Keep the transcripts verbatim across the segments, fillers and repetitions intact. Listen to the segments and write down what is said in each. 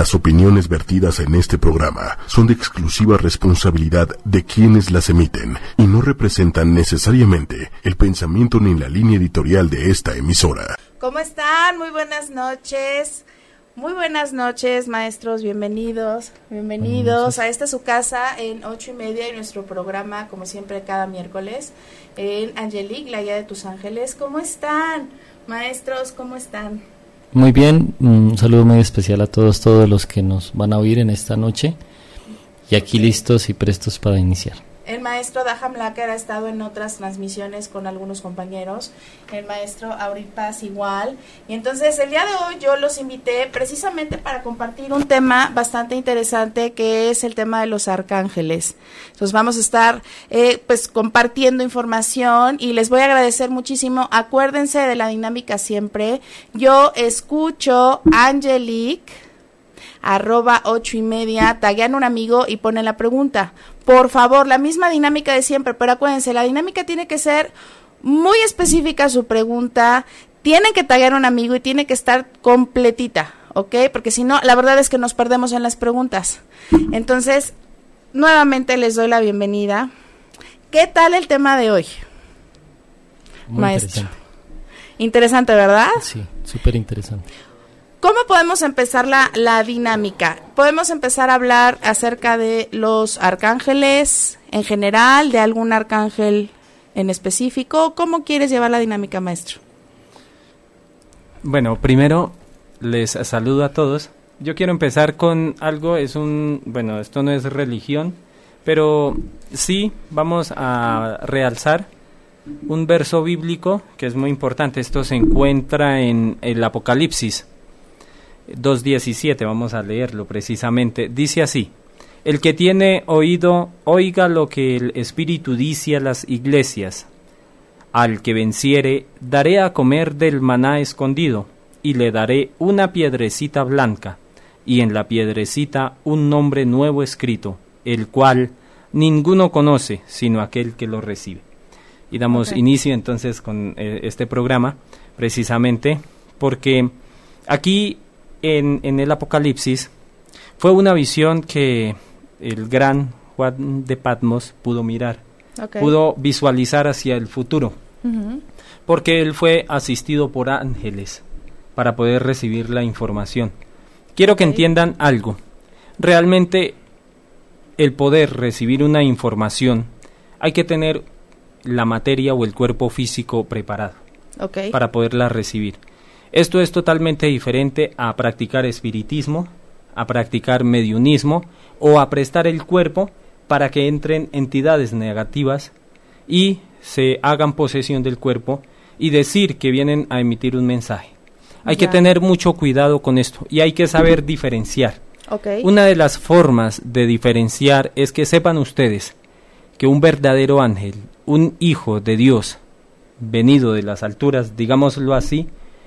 Las opiniones vertidas en este programa son de exclusiva responsabilidad de quienes las emiten y no representan necesariamente el pensamiento ni la línea editorial de esta emisora. ¿Cómo están? Muy buenas noches. Muy buenas noches, maestros. Bienvenidos, bienvenidos a esta su casa en ocho y media y nuestro programa, como siempre, cada miércoles en Angelique, la guía de tus ángeles. ¿Cómo están, maestros? ¿Cómo están? Muy bien, un saludo muy especial a todos, todos los que nos van a oír en esta noche y aquí listos y prestos para iniciar. El maestro Daham Laker ha estado en otras transmisiones con algunos compañeros, el maestro Auril Paz igual, y entonces el día de hoy yo los invité precisamente para compartir un tema bastante interesante que es el tema de los arcángeles. Entonces vamos a estar eh, pues compartiendo información y les voy a agradecer muchísimo. Acuérdense de la dinámica siempre. Yo escucho Angelique arroba ocho y media, taguean un amigo y ponen la pregunta. Por favor, la misma dinámica de siempre, pero acuérdense, la dinámica tiene que ser muy específica su pregunta, tienen que taguear un amigo y tiene que estar completita, ¿ok? Porque si no, la verdad es que nos perdemos en las preguntas. Entonces, nuevamente les doy la bienvenida. ¿Qué tal el tema de hoy, muy maestro? Interesante. Interesante, ¿verdad? Sí, súper interesante. ¿Cómo podemos empezar la, la dinámica? Podemos empezar a hablar acerca de los arcángeles en general, de algún arcángel en específico. ¿Cómo quieres llevar la dinámica, maestro? Bueno, primero les saludo a todos. Yo quiero empezar con algo, es un, bueno, esto no es religión, pero sí vamos a realzar un verso bíblico que es muy importante. Esto se encuentra en el Apocalipsis dos diecisiete, vamos a leerlo precisamente. Dice así: el que tiene oído, oiga lo que el Espíritu dice a las iglesias. Al que venciere, daré a comer del maná escondido, y le daré una piedrecita blanca, y en la piedrecita un nombre nuevo escrito, el cual ninguno conoce, sino aquel que lo recibe. Y damos okay. inicio entonces con eh, este programa, precisamente, porque aquí En, en el Apocalipsis fue una visión que el gran Juan de Patmos pudo mirar, okay. pudo visualizar hacia el futuro, uh-huh. porque él fue asistido por ángeles para poder recibir la información. Quiero okay. que entiendan algo. Realmente el poder recibir una información hay que tener la materia o el cuerpo físico preparado okay. para poderla recibir. Esto es totalmente diferente a practicar espiritismo, a practicar mediunismo o a prestar el cuerpo para que entren entidades negativas y se hagan posesión del cuerpo y decir que vienen a emitir un mensaje. Hay ya. que tener mucho cuidado con esto y hay que saber diferenciar. Okay. Una de las formas de diferenciar es que sepan ustedes que un verdadero ángel, un hijo de Dios, venido de las alturas, digámoslo así,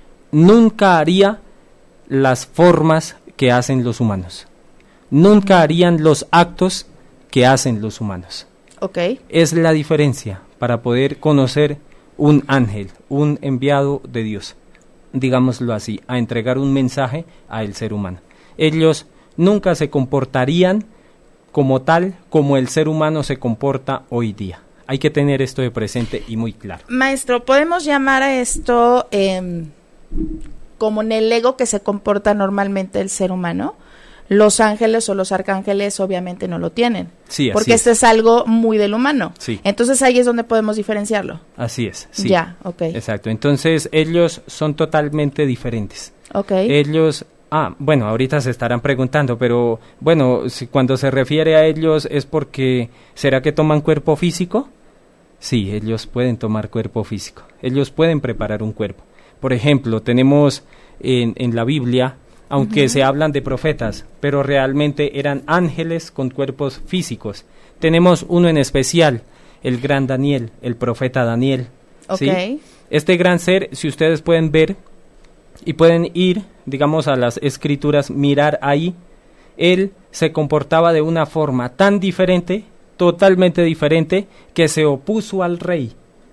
nunca haría las formas que hacen los humanos. Nunca harían los actos que hacen los humanos. Okay. Es la diferencia para poder conocer un ángel, un enviado de Dios, digámoslo así, a entregar un mensaje al ser humano. Ellos nunca se comportarían como tal, como el ser humano se comporta hoy día. Hay que tener esto de presente y muy claro. Maestro, ¿podemos llamar a esto Eh... como en el ego que se comporta normalmente el ser humano? Los ángeles o los arcángeles obviamente no lo tienen, sí, porque esto es. es algo muy del humano. Sí. Entonces ahí es donde podemos diferenciarlo. Así es. Sí. Ya, okay. Exacto. Entonces ellos son totalmente diferentes. Okay. Ellos, ah, bueno, ahorita se estarán preguntando, pero bueno, si cuando se refiere a ellos es porque ¿será que toman cuerpo físico? Sí, ellos pueden tomar cuerpo físico. Ellos pueden preparar un cuerpo. Por ejemplo, tenemos en, en la Biblia, aunque uh-huh. se hablan de profetas, pero realmente eran ángeles con cuerpos físicos. Tenemos uno en especial, el gran Daniel, el profeta Daniel. Okay. ¿sí? Este gran ser, si ustedes pueden ver y pueden ir, digamos, a las escrituras, mirar ahí, él se comportaba de una forma tan diferente, totalmente diferente, que se opuso al rey,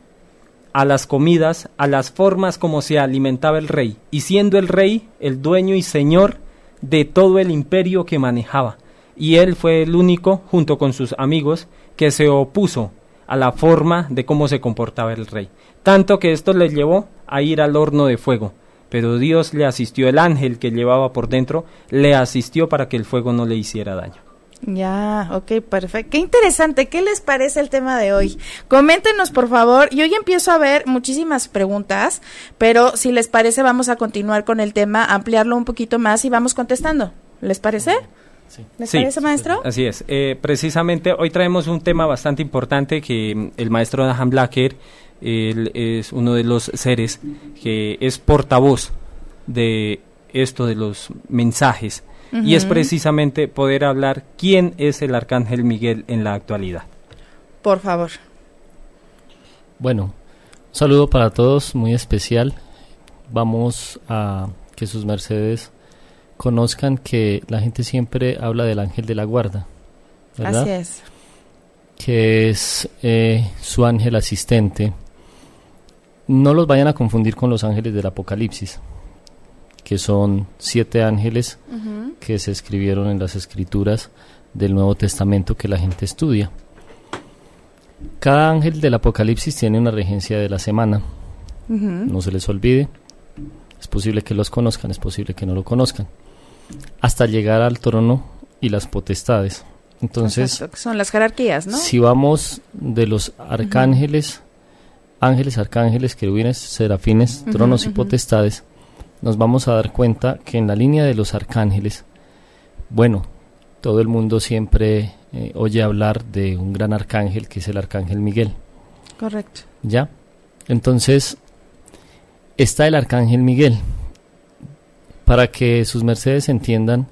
a las comidas, a las formas como se alimentaba el rey, y siendo el rey, el dueño y señor de todo el imperio que manejaba. Y él fue el único, junto con sus amigos, que se opuso a la forma de cómo se comportaba el rey. Tanto que esto le llevó a ir al horno de fuego. Pero Dios le asistió, el ángel que llevaba por dentro, le asistió para que el fuego no le hiciera daño. Ya, ok, perfecto. Qué interesante, ¿qué les parece el tema de hoy? Coméntenos, por favor. Yo ya empiezo a ver muchísimas preguntas, pero si les parece vamos a continuar con el tema, ampliarlo un poquito más y vamos contestando. ¿Les parece? Sí. ¿Les Sí, parece, maestro? Así es. Eh, precisamente hoy traemos un tema bastante importante que mm, el maestro Nahum Blacker, él es uno de los seres que es portavoz de esto de los mensajes. Uh-huh. Y es precisamente poder hablar quién es el Arcángel Miguel en la actualidad. Por favor. Bueno, un saludo para todos, muy especial. Vamos a que sus mercedes conozcan que la gente siempre habla del ángel de la guarda, ¿verdad? Así es. Que es eh, su ángel asistente. No los vayan a confundir con los ángeles del Apocalipsis, que son siete ángeles uh-huh. que se escribieron en las escrituras del Nuevo Testamento que la gente estudia. Cada ángel del Apocalipsis tiene una regencia de la semana. Uh-huh. No se les olvide. Es posible que los conozcan, es posible que no lo conozcan. Hasta llegar al trono y las potestades. Entonces, exacto, son las jerarquías, ¿no? Si vamos de los arcángeles, uh-huh. ángeles, arcángeles, querubines, serafines, uh-huh, tronos uh-huh. y potestades, nos vamos a dar cuenta que en la línea de los arcángeles, bueno, todo el mundo siempre eh, oye hablar de un gran arcángel que es el Arcángel Miguel. Correcto. ¿Ya? Entonces, está el Arcángel Miguel. Para que sus mercedes entiendan,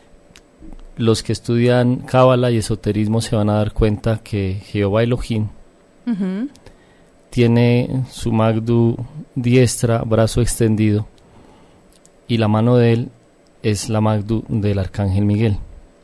los que estudian cábala y esoterismo se van a dar cuenta que Jehová Elohim uh-huh. tiene su magdu diestra, brazo extendido, y la mano de él es la magdu del Arcángel Miguel.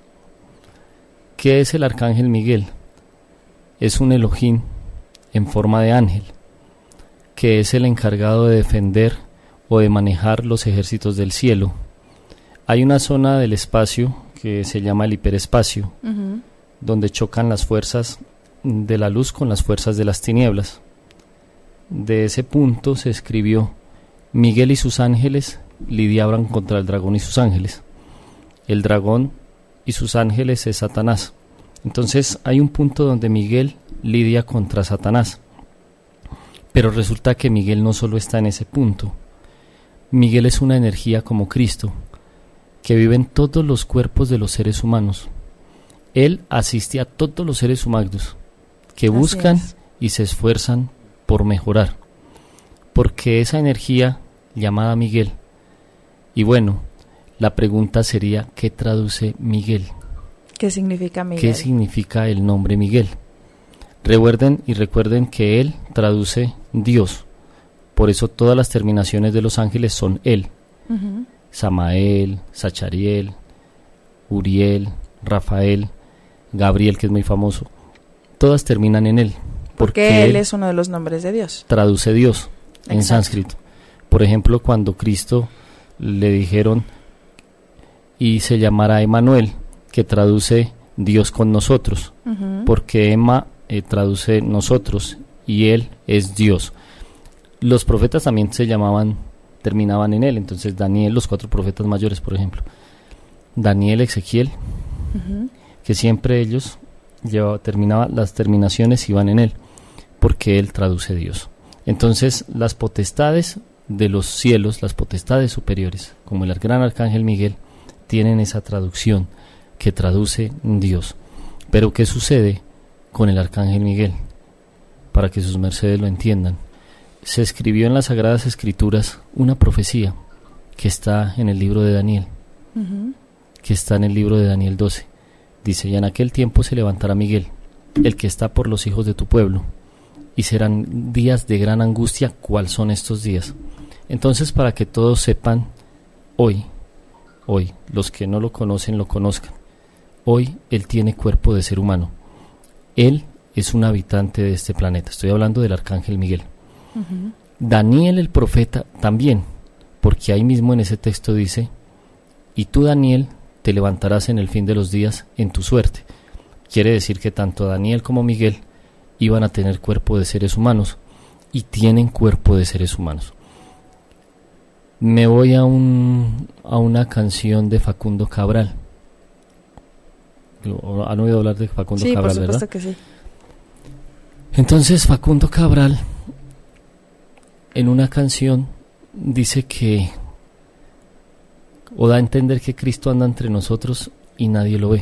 ¿Qué es el Arcángel Miguel? Es un Elohim en forma de ángel, que es el encargado de defender o de manejar los ejércitos del cielo. Hay una zona del espacio que se llama el hiperespacio, uh-huh. donde chocan las fuerzas de la luz con las fuerzas de las tinieblas. De ese punto se escribió: Miguel y sus ángeles lidiaban contra el dragón y sus ángeles. El dragón y sus ángeles es Satanás. Entonces hay un punto donde Miguel lidia contra Satanás. Pero resulta que Miguel no solo está en ese punto. Miguel es una energía como Cristo, que vive en todos los cuerpos de los seres humanos. Él asiste a todos los seres humanos que Así buscan es. y se esfuerzan por mejorar, porque esa energía llamada Miguel, y bueno, la pregunta sería, ¿qué traduce Miguel? ¿Qué significa Miguel? ¿Qué significa el nombre Miguel? Recuerden y recuerden que él traduce Dios, por eso todas las terminaciones de los ángeles son él. Uh-huh. Samael, Sachariel, Uriel, Rafael, Gabriel, que es muy famoso, todas terminan en él. Porque, porque él, él es uno de los nombres de Dios. Traduce Dios en Exacto. sánscrito. Por ejemplo, cuando Cristo le dijeron y se llamará Emanuel, que traduce Dios con nosotros, uh-huh. porque Ema eh, traduce nosotros y él es Dios. Los profetas también se llamaban, terminaban en él. Entonces Daniel, los cuatro profetas mayores, por ejemplo, Daniel, Ezequiel, uh-huh. que siempre ellos llevaba, terminaba, las terminaciones iban en él, porque él traduce Dios. Entonces las potestades de los cielos, las potestades superiores, como el gran arcángel Miguel, tienen esa traducción que traduce Dios. Pero ¿qué sucede con el arcángel Miguel? Para que sus mercedes lo entiendan. Se escribió en las Sagradas Escrituras una profecía que está en el libro de Daniel, uh-huh. que está en el libro de Daniel doce. Dice: y en aquel tiempo se levantará Miguel, el que está por los hijos de tu pueblo, y serán días de gran angustia. ¿Cuáles son estos días? Entonces, para que todos sepan, hoy, hoy, los que no lo conocen lo conozcan, hoy él tiene cuerpo de ser humano. Él es un habitante de este planeta. Estoy hablando del arcángel Miguel. Uh-huh. Daniel el profeta también, porque ahí mismo en ese texto dice: y tú, Daniel, te levantarás en el fin de los días en tu suerte. Quiere decir que tanto Daniel como Miguel iban a tener cuerpo de seres humanos y tienen cuerpo de seres humanos. Me voy a, un, a una canción de Facundo Cabral. ¿Han oído hablar de Facundo sí, Cabral, por supuesto verdad? Que sí. Entonces Facundo Cabral en una canción dice que, o da a entender que Cristo anda entre nosotros y nadie lo ve,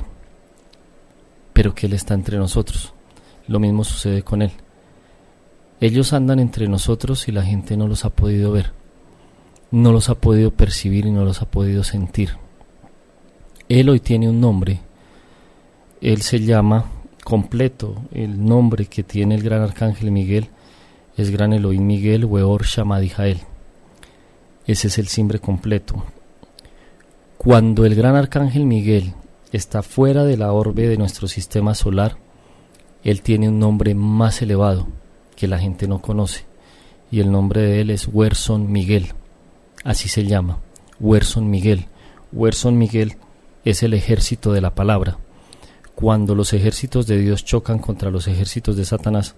pero que Él está entre nosotros. Lo mismo sucede con Él. Ellos andan entre nosotros y la gente no los ha podido ver, no los ha podido percibir y no los ha podido sentir. Él hoy tiene un nombre. Él se llama completo, el nombre que tiene el gran arcángel Miguel es Gran Elohim Miguel Weor Shamadijael. Ese es el simbre completo. Cuando el gran arcángel Miguel está fuera de la orbe de nuestro sistema solar, él tiene un nombre más elevado que la gente no conoce, y el nombre de él es Werson Miguel. Así se llama, Werson Miguel. Werson Miguel es el ejército de la palabra. Cuando los ejércitos de Dios chocan contra los ejércitos de Satanás,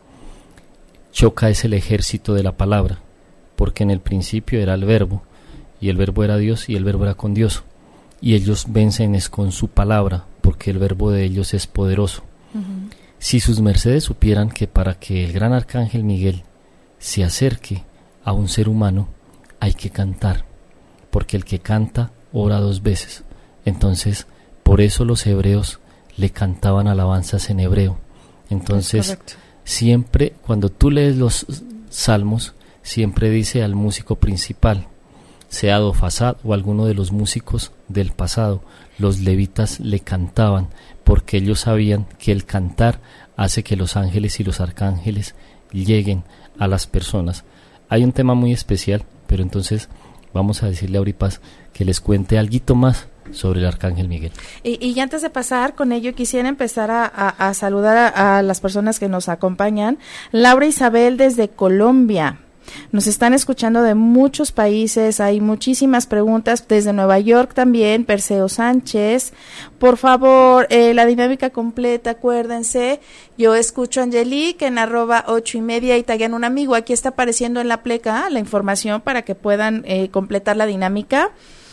choca es el ejército de la palabra, porque en el principio era el verbo, y el verbo era Dios, y el verbo era con Dios, y ellos vencen es con su palabra, porque el verbo de ellos es poderoso. Uh-huh. Si sus mercedes supieran que para que el gran arcángel Miguel se acerque a un ser humano, hay que cantar, porque el que canta ora dos veces. Entonces, por eso los hebreos le cantaban alabanzas en hebreo. Entonces, siempre cuando tú lees los salmos, siempre dice al músico principal, sea Dofasad o alguno de los músicos del pasado. Los levitas le cantaban porque ellos sabían que el cantar hace que los ángeles y los arcángeles lleguen a las personas. Hay un tema muy especial, pero entonces vamos a decirle a Auripaz que les cuente alguito más sobre el arcángel Miguel. Y, y antes de pasar con ello, quisiera empezar a, a, a saludar a, a las personas que nos acompañan. Laura Isabel desde Colombia. Nos están escuchando de muchos países, hay muchísimas preguntas desde Nueva York también. Perseo Sánchez, por favor, eh, la dinámica completa, acuérdense. Yo escucho a Angelique en arroba ocho y media y taguean un amigo. Aquí está apareciendo en la pleca la información para que puedan eh, completar la dinámica.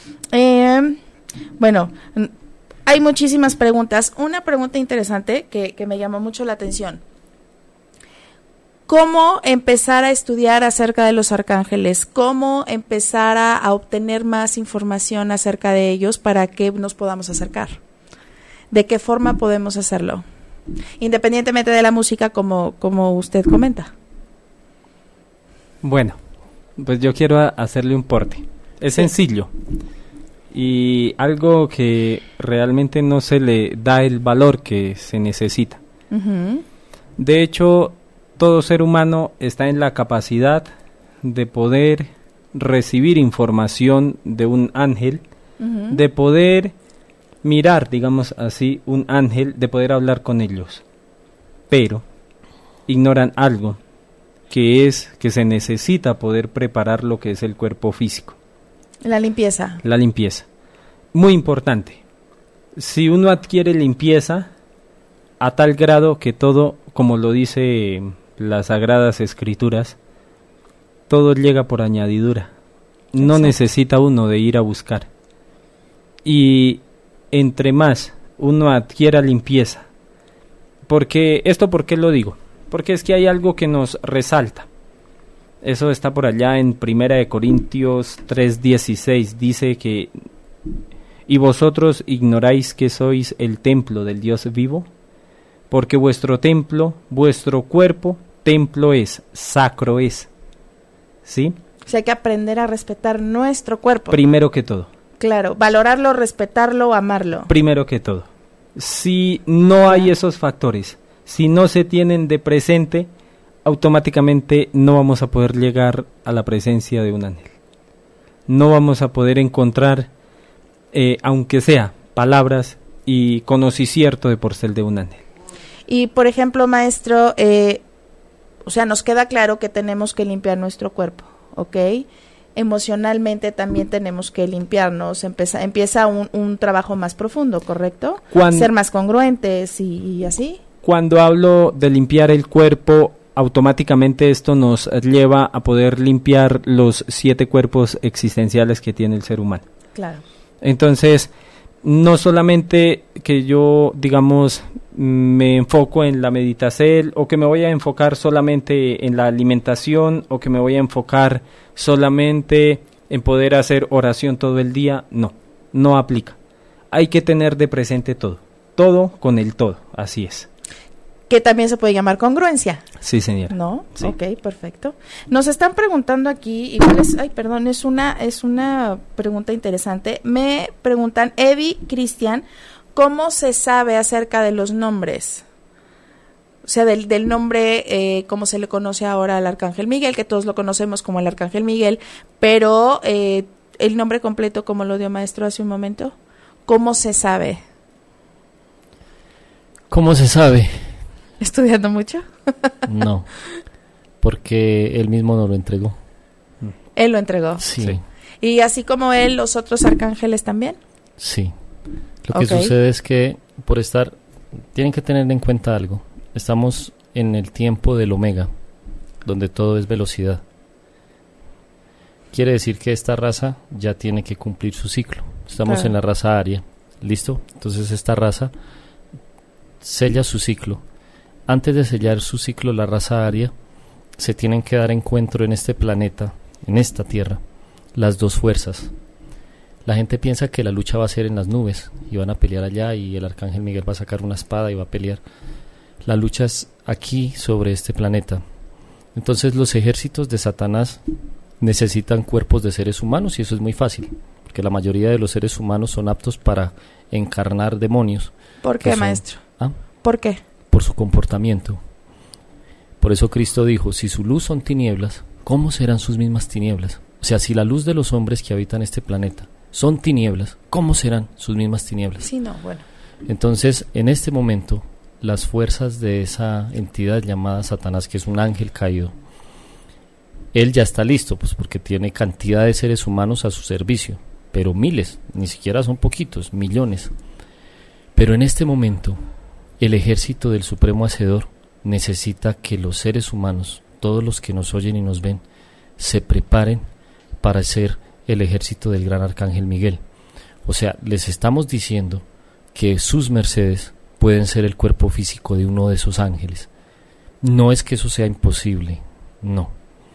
Eh, bueno, hay muchísimas preguntas. Una pregunta interesante que, que me llamó mucho la atención. ¿Cómo empezar a estudiar acerca de los arcángeles? ¿Cómo empezar a, a obtener más información acerca de ellos para que nos podamos acercar? ¿De qué forma podemos hacerlo? Independientemente de la música, como, como usted comenta. Bueno, pues yo quiero hacerle un porte. Es sí. sencillo. Y algo que realmente no se le da el valor que se necesita. Uh-huh. De hecho, todo ser humano está en la capacidad de poder recibir información de un ángel, uh-huh. de poder mirar, digamos así, un ángel, de poder hablar con ellos. Pero ignoran algo, que es que se necesita poder preparar lo que es el cuerpo físico. La limpieza. La limpieza. Muy importante. Si uno adquiere limpieza a tal grado que todo, como lo dice las Sagradas Escrituras, todo llega por añadidura. No Exacto. necesita uno de ir a buscar. Y entre más uno adquiera limpieza, porque esto, ¿por qué lo digo? Porque es que hay algo que nos resalta. Eso está por allá en Primera de Corintios tres dieciséis, dice que ¿y vosotros ignoráis que sois el templo del Dios vivo? Porque vuestro templo, vuestro cuerpo, templo es, sacro es. ¿Sí? O sea, hay que aprender a respetar nuestro cuerpo. Primero que todo. Claro, valorarlo, respetarlo, amarlo. Primero que todo. Si no hay esos factores, si no se tienen de presente, automáticamente no vamos a poder llegar a la presencia de un ángel. No vamos a poder encontrar, eh, aunque sea palabras y conocimiento de por ser de un ángel. Y por ejemplo, maestro, eh, o sea, nos queda claro que tenemos que limpiar nuestro cuerpo, ¿ok? emocionalmente también tenemos que limpiarnos, empieza, empieza un, un trabajo más profundo, ¿correcto? Cuando, Ser más congruentes y, y así. Cuando hablo de limpiar el cuerpo, automáticamente esto nos lleva a poder limpiar los siete cuerpos existenciales que tiene el ser humano. Claro. Entonces, no solamente que yo, digamos, me enfoco en la meditación o que me voy a enfocar solamente en la alimentación o que me voy a enfocar solamente en poder hacer oración todo el día, no, no aplica. Hay que tener de presente todo, todo con el todo, así es. Que también se puede llamar congruencia. Sí, señora. ¿No? Sí. Ok, perfecto. Nos están preguntando aquí, igual es, ay, perdón, es una, es una pregunta interesante. Me preguntan, Evi, Cristian, ¿cómo se sabe acerca de los nombres? O sea, del, del nombre, eh, como se le conoce ahora al Arcángel Miguel, que todos lo conocemos como el Arcángel Miguel, pero eh, el nombre completo, como lo dio maestro hace un momento, ¿cómo se sabe? ¿Cómo se sabe? ¿Estudiando mucho? No, porque él mismo nos lo entregó. Él lo entregó. Sí, Sí. Y así como él, los otros arcángeles también. sí. Lo que Ok. sucede es que por estar, tienen que tener en cuenta algo. Estamos en el tiempo del omega, donde todo es velocidad. Quiere decir que esta raza ya tiene que cumplir su ciclo. Estamos Claro. en la raza aria, ¿listo? Entonces esta raza sella su ciclo. Antes de sellar su ciclo, la raza aria, se tienen que dar encuentro en este planeta, en esta tierra, las dos fuerzas. La gente piensa que la lucha va a ser en las nubes y van a pelear allá y el Arcángel Miguel va a sacar una espada y va a pelear. La lucha es aquí sobre este planeta. Entonces los ejércitos de Satanás necesitan cuerpos de seres humanos y eso es muy fácil, porque la mayoría de los seres humanos son aptos para encarnar demonios. ¿Por que qué, son- maestro? ¿Ah? ¿Por qué? Por su comportamiento. Por eso Cristo dijo, si su luz son tinieblas, ¿cómo serán sus mismas tinieblas? O sea, si la luz de los hombres que habitan este planeta son tinieblas, ¿cómo serán sus mismas tinieblas? Sí, no, bueno. Entonces, en este momento, las fuerzas de esa entidad llamada Satanás, que es un ángel caído, él ya está listo, pues porque tiene cantidad de seres humanos a su servicio, pero miles, ni siquiera son poquitos, millones. Pero en este momento, el ejército del Supremo Hacedor necesita que los seres humanos, todos los que nos oyen y nos ven, se preparen para ser el ejército del gran Arcángel Miguel. O sea, les estamos diciendo que sus mercedes pueden ser el cuerpo físico de uno de esos ángeles. No es que eso sea imposible, no.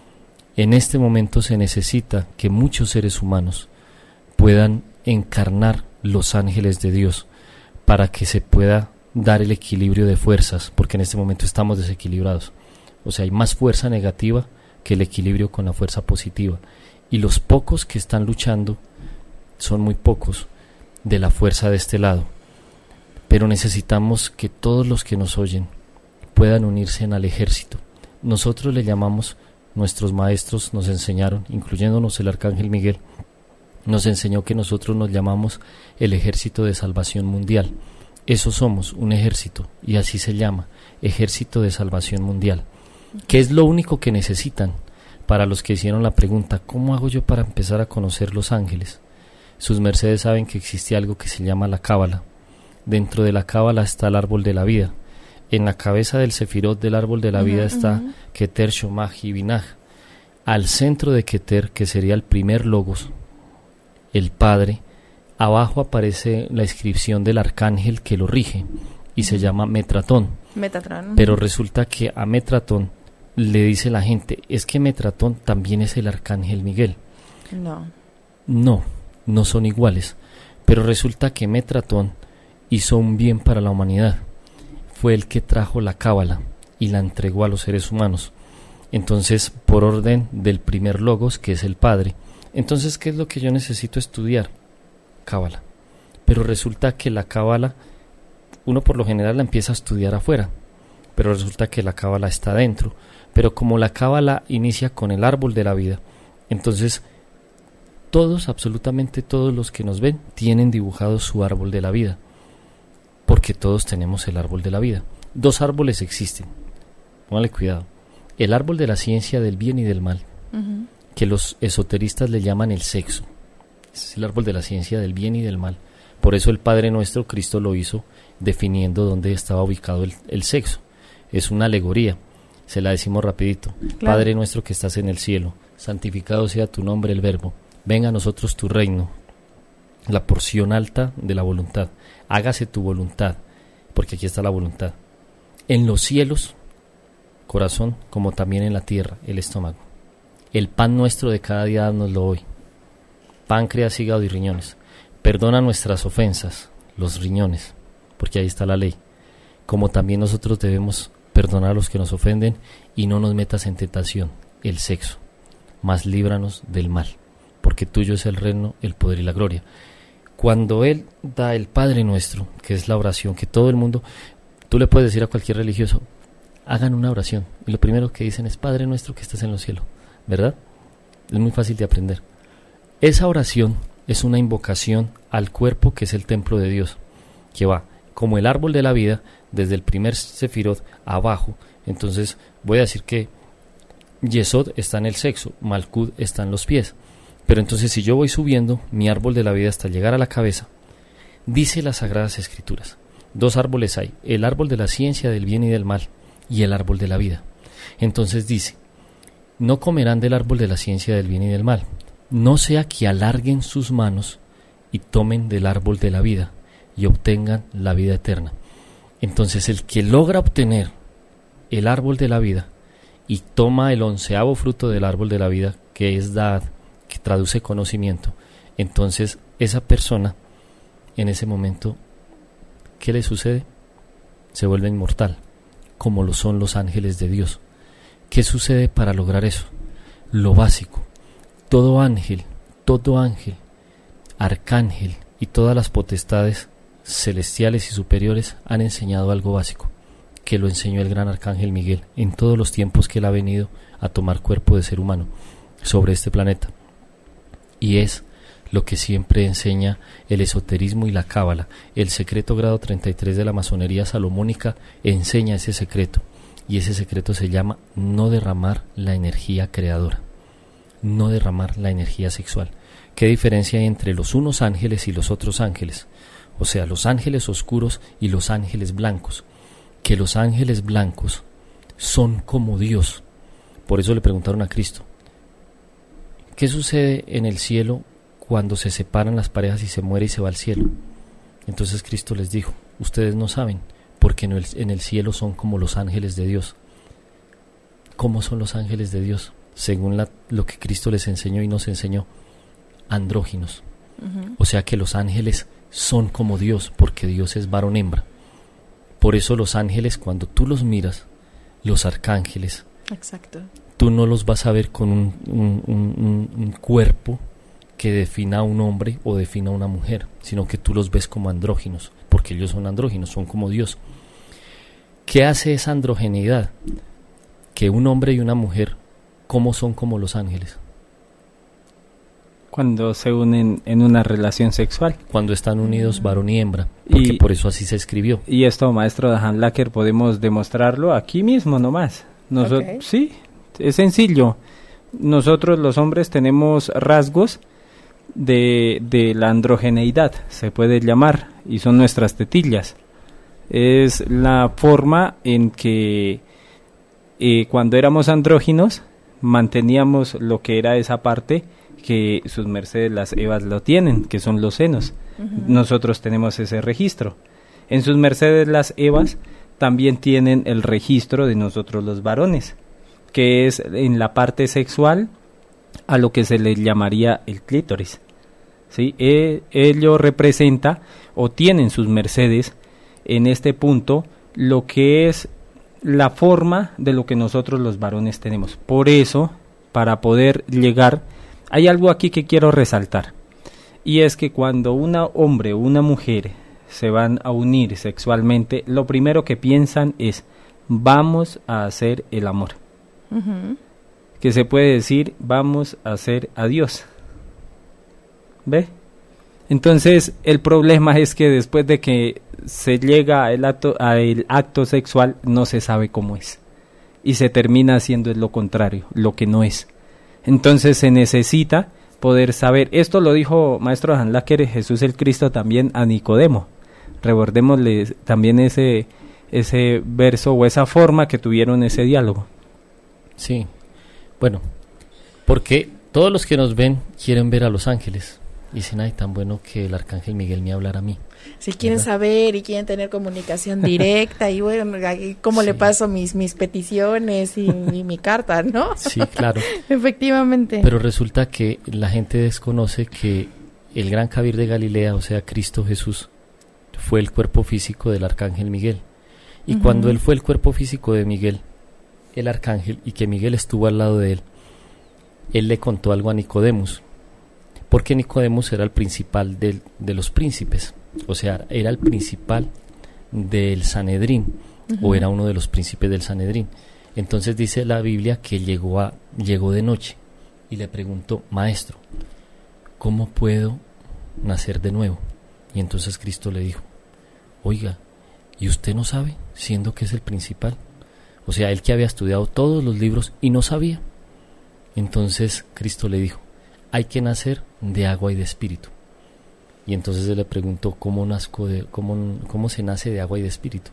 En este momento se necesita que muchos seres humanos puedan encarnar los ángeles de Dios para que se pueda dar el equilibrio de fuerzas, porque en este momento estamos desequilibrados. O sea, hay más fuerza negativa que el equilibrio con la fuerza positiva. Y los pocos que están luchando son muy pocos de la fuerza de este lado. Pero necesitamos que todos los que nos oyen puedan unirse al ejército. Nosotros le llamamos, nuestros maestros nos enseñaron, incluyéndonos el Arcángel Miguel, nos enseñó que nosotros nos llamamos el Ejército de Salvación Mundial. Eso somos, un ejército, y así se llama, Ejército de Salvación Mundial. ¿Qué es lo único que necesitan? Para los que hicieron la pregunta, ¿cómo hago yo para empezar a conocer los ángeles? Sus mercedes saben que existe algo que se llama la Cábala. Dentro de la Cábala está el árbol de la vida. En la cabeza del sefirot del árbol de la vida uh-huh, está uh-huh. Keter, Shomaj y Binaj. Al centro de Keter, que sería el primer logos, el Padre, abajo aparece la inscripción del arcángel que lo rige y uh-huh. se llama Metratón. Metatron. Pero resulta que a Metratón le dice la gente, es que Metratón también es el Arcángel Miguel. No. No, no son iguales. Pero resulta que Metratón hizo un bien para la humanidad. Fue el que trajo la Cábala y la entregó a los seres humanos. Entonces, por orden del primer logos, que es el Padre. Entonces, ¿qué es lo que yo necesito estudiar? Cábala. Pero resulta que la Cábala, uno por lo general la empieza a estudiar afuera, pero resulta que la Cábala está dentro. Pero como la Cábala inicia con el árbol de la vida, entonces todos, absolutamente todos los que nos ven, tienen dibujado su árbol de la vida, porque todos tenemos el árbol de la vida. Dos árboles existen, póngale cuidado: el árbol de la ciencia del bien y del mal, uh-huh. que los esoteristas le llaman el sexo. Es el árbol de la ciencia del bien y del mal. Por eso el Padre Nuestro, Cristo lo hizo definiendo dónde estaba ubicado el, el sexo. Es una alegoría, se la decimos rapidito. Claro. Padre Nuestro que estás en el cielo, santificado sea tu nombre, el Verbo. Venga a nosotros tu reino, la porción alta de la voluntad. Hágase tu voluntad, porque aquí está la voluntad. En los cielos, corazón, como también en la tierra, el estómago. El pan nuestro de cada día danoslo hoy. Páncreas, hígado y riñones. Perdona nuestras ofensas, los riñones, porque ahí está la ley. Como también nosotros debemos perdonar a los que nos ofenden, y no nos metas en tentación, el sexo. Mas líbranos del mal, porque tuyo es el reino, el poder y la gloria. Cuando Él da el Padre Nuestro, que es la oración, que todo el mundo, tú le puedes decir a cualquier religioso, hagan una oración, y lo primero que dicen es Padre Nuestro que estás en los cielos, ¿verdad? Es muy fácil de aprender. Esa oración es una invocación al cuerpo que es el templo de Dios, que va como el árbol de la vida, desde el primer sefirot abajo. Entonces voy a decir que Yesod está en el sexo, Malkud está en los pies. Pero entonces si yo voy subiendo mi árbol de la vida hasta llegar a la cabeza, dice las Sagradas Escrituras, dos árboles hay, el árbol de la ciencia del bien y del mal y el árbol de la vida. Entonces dice, no comerán del árbol de la ciencia del bien y del mal, no sea que alarguen sus manos y tomen del árbol de la vida y obtengan la vida eterna. Entonces el que logra obtener el árbol de la vida y toma el onceavo fruto del árbol de la vida, que es Dad, que traduce conocimiento, entonces esa persona en ese momento, ¿qué le sucede? Se vuelve inmortal, como lo son los ángeles de Dios. ¿Qué sucede para lograr eso? Lo básico. Todo ángel, todo ángel, arcángel y todas las potestades celestiales y superiores han enseñado algo básico, que lo enseñó el gran arcángel Miguel en todos los tiempos que él ha venido a tomar cuerpo de ser humano sobre este planeta. Y es lo que siempre enseña el esoterismo y la cábala. El secreto grado treinta y tres de la masonería salomónica enseña ese secreto, y ese secreto se llama no derramar la energía creadora, no derramar la energía sexual. ¿Qué diferencia hay entre los unos ángeles y los otros ángeles? O sea, los ángeles oscuros y los ángeles blancos. Que los ángeles blancos son como Dios. Por eso le preguntaron a Cristo, ¿qué sucede en el cielo cuando se separan las parejas y se muere y se va al cielo? Entonces Cristo les dijo, ustedes no saben, porque en el, en el cielo son como los ángeles de Dios. ¿Cómo son los ángeles de Dios? Según la, lo que Cristo les enseñó y nos enseñó, andróginos. Uh-huh. O sea que los ángeles son como Dios, porque Dios es varón hembra. Por eso los ángeles, cuando tú los miras, los arcángeles, exacto, tú no los vas a ver con un, un, un, un cuerpo que defina a un hombre o defina a una mujer, sino que tú los ves como andróginos, porque ellos son andróginos, son como Dios. ¿Qué hace esa androgeneidad? Que un hombre y una mujer, ¿cómo son como los ángeles? Cuando se unen en una relación sexual. Cuando están unidos varón y hembra, porque y, por eso así se escribió. Y esto, maestro Dahan Laker, podemos demostrarlo aquí mismo nomás. Nosotros, okay. Sí, es sencillo. Nosotros los hombres tenemos rasgos de, de la androgeneidad, se puede llamar, y son nuestras tetillas. Es la forma en que eh, cuando éramos andróginos manteníamos lo que era esa parte que sus mercedes las Evas lo tienen, que son los senos. Uh-huh. Nosotros tenemos ese registro. En sus mercedes las Evas también tienen el registro de nosotros los varones, que es en la parte sexual a lo que se le llamaría el clítoris. ¿Sí? E- ello representa o tienen sus mercedes en este punto lo que es la forma de lo que nosotros los varones tenemos. Por eso, para poder llegar, hay algo aquí que quiero resaltar, y es que cuando un hombre o una mujer se van a unir sexualmente, lo primero que piensan es, vamos a hacer el amor. Uh-huh. Que se puede decir, vamos a hacer a Dios. ¿Ve? Entonces, el problema es que después de que se llega al acto, al acto sexual, no se sabe cómo es. Y se termina haciendo lo contrario, lo que no es. Entonces se necesita poder saber. Esto lo dijo Maestro Handlaker, Jesús el Cristo, también a Nicodemo. Recordémosle también ese, ese verso o esa forma que tuvieron ese diálogo. Sí, bueno, porque todos los que nos ven quieren ver a los ángeles. Dicen, ay, tan bueno que el Arcángel Miguel me hablara a mí. Si quieren ¿verdad? Saber y quieren tener comunicación directa y bueno, ¿cómo sí. le paso mis mis peticiones y, y mi carta, no? Sí, claro. Efectivamente. Pero resulta que la gente desconoce que el gran Kabir de Galilea, o sea, Cristo Jesús, fue el cuerpo físico del Arcángel Miguel. Y uh-huh. cuando él fue el cuerpo físico de Miguel, el Arcángel, y que Miguel estuvo al lado de él, él le contó algo a Nicodemus. Porque Nicodemus era el principal del, de los príncipes, o sea, era el principal del Sanedrín, uh-huh. o era uno de los príncipes del Sanedrín. Entonces dice la Biblia que llegó, a, llegó de noche y le preguntó, maestro, ¿cómo puedo nacer de nuevo? Y entonces Cristo le dijo, oiga, ¿y usted no sabe, siendo que es el principal? O sea, él que había estudiado todos los libros y no sabía. Entonces Cristo le dijo, hay que nacer de agua y de espíritu. Y entonces él le preguntó, ¿cómo, nazco de, cómo, cómo se nace de agua y de espíritu?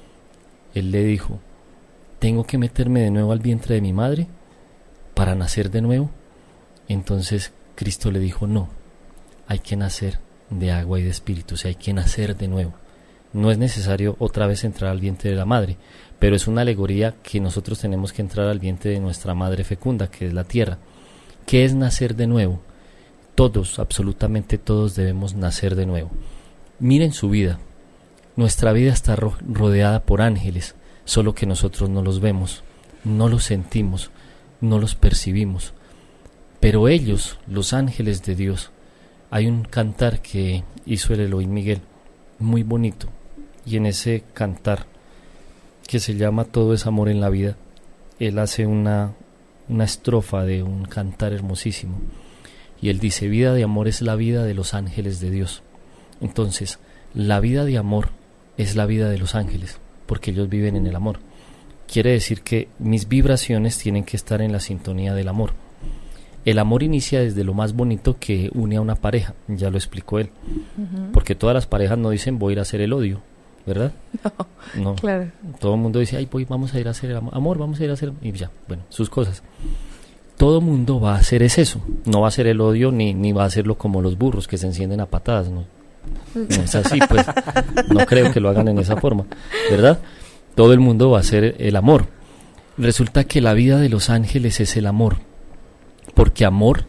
Él le dijo, ¿tengo que meterme de nuevo al vientre de mi madre para nacer de nuevo? Entonces Cristo le dijo, no, hay que nacer de agua y de espíritu, o sea, hay que nacer de nuevo. No es necesario otra vez entrar al vientre de la madre, pero es una alegoría que nosotros tenemos que entrar al vientre de nuestra madre fecunda, que es la tierra. ¿Qué es nacer de nuevo? Todos, absolutamente todos debemos nacer de nuevo. Miren su vida. Nuestra vida está ro- rodeada por ángeles, solo que nosotros no los vemos, no los sentimos, no los percibimos. Pero ellos, los ángeles de Dios, hay un cantar que hizo el Elohim Miguel, muy bonito, y en ese cantar, que se llama Todo es amor en la vida, él hace una... una estrofa de un cantar hermosísimo y él dice, vida de amor es la vida de los ángeles de Dios. Entonces, la vida de amor es la vida de los ángeles, porque ellos viven en el amor. Quiere decir que mis vibraciones tienen que estar en la sintonía del amor. El amor inicia desde lo más bonito que une a una pareja, ya lo explicó él, uh-huh. porque todas las parejas no dicen voy a ir a hacer el odio, ¿verdad? No, no. Claro. Todo el mundo dice, ay, voy, vamos a ir a hacer el amor, amor, vamos a ir a hacer, y ya, bueno, sus cosas. Todo el mundo va a hacer es eso, no va a hacer el odio ni, ni va a hacerlo como los burros que se encienden a patadas, no, no es así, pues, no creo que lo hagan en esa forma, ¿verdad? Todo el mundo va a hacer el amor. Resulta que la vida de los ángeles es el amor, porque amor,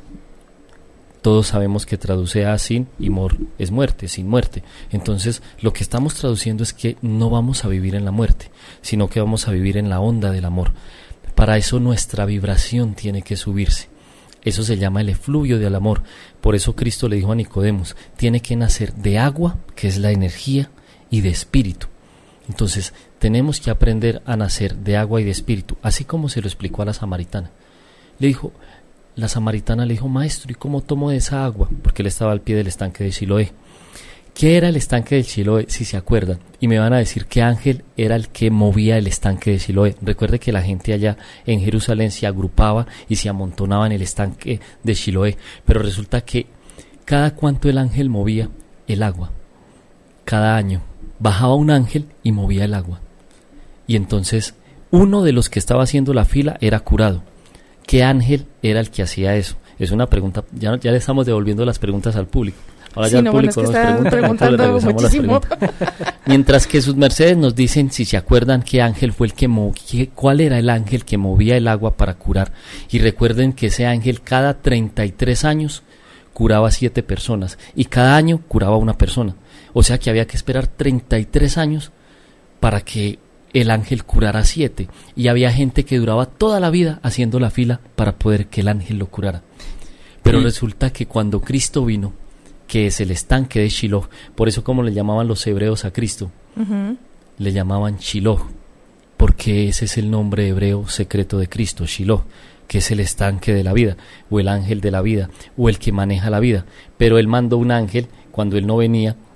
todos sabemos que traduce a sin y mor es muerte, sin muerte. Entonces, lo que estamos traduciendo es que no vamos a vivir en la muerte, sino que vamos a vivir en la onda del amor. Para eso nuestra vibración tiene que subirse. Eso se llama el efluvio del amor. Por eso Cristo le dijo a Nicodemus, tiene que nacer de agua, que es la energía, y de espíritu. Entonces, tenemos que aprender a nacer de agua y de espíritu, así como se lo explicó a la samaritana. Le dijo, la samaritana le dijo, maestro, ¿y cómo tomo de esa agua? Porque él estaba al pie del estanque de Siloé. ¿Qué era el estanque de Siloé, si se acuerdan? Y me van a decir qué ángel era el que movía el estanque de Siloé. Recuerde que la gente allá en Jerusalén se agrupaba y se amontonaba en el estanque de Siloé. Pero resulta que cada cuanto el ángel movía el agua, cada año bajaba un ángel y movía el agua. Y entonces uno de los que estaba haciendo la fila era curado. ¿Qué ángel era el que hacía eso? Es una pregunta, ya, ya le estamos devolviendo las preguntas al público. Ahora sí, ya el no, público bueno, es que nos pregunta, preguntando muchísimo. Mientras que sus mercedes nos dicen si se acuerdan qué ángel fue el que movía, cuál era el ángel que movía el agua para curar. Y recuerden que ese ángel cada treinta y tres años curaba siete personas y cada año curaba una persona. O sea que había que esperar treinta y tres años para que el ángel curara siete. Y había gente que duraba toda la vida haciendo la fila para poder que el ángel lo curara. Pero sí. Resulta que cuando Cristo vino, que es el estanque de Shiloh, por eso como le llamaban los hebreos a Cristo, uh-huh. le llamaban Shiloh, porque ese es el nombre hebreo secreto de Cristo, Shiloh, que es el estanque de la vida, o el ángel de la vida, o el que maneja la vida. Pero él mandó un ángel cuando él no venía,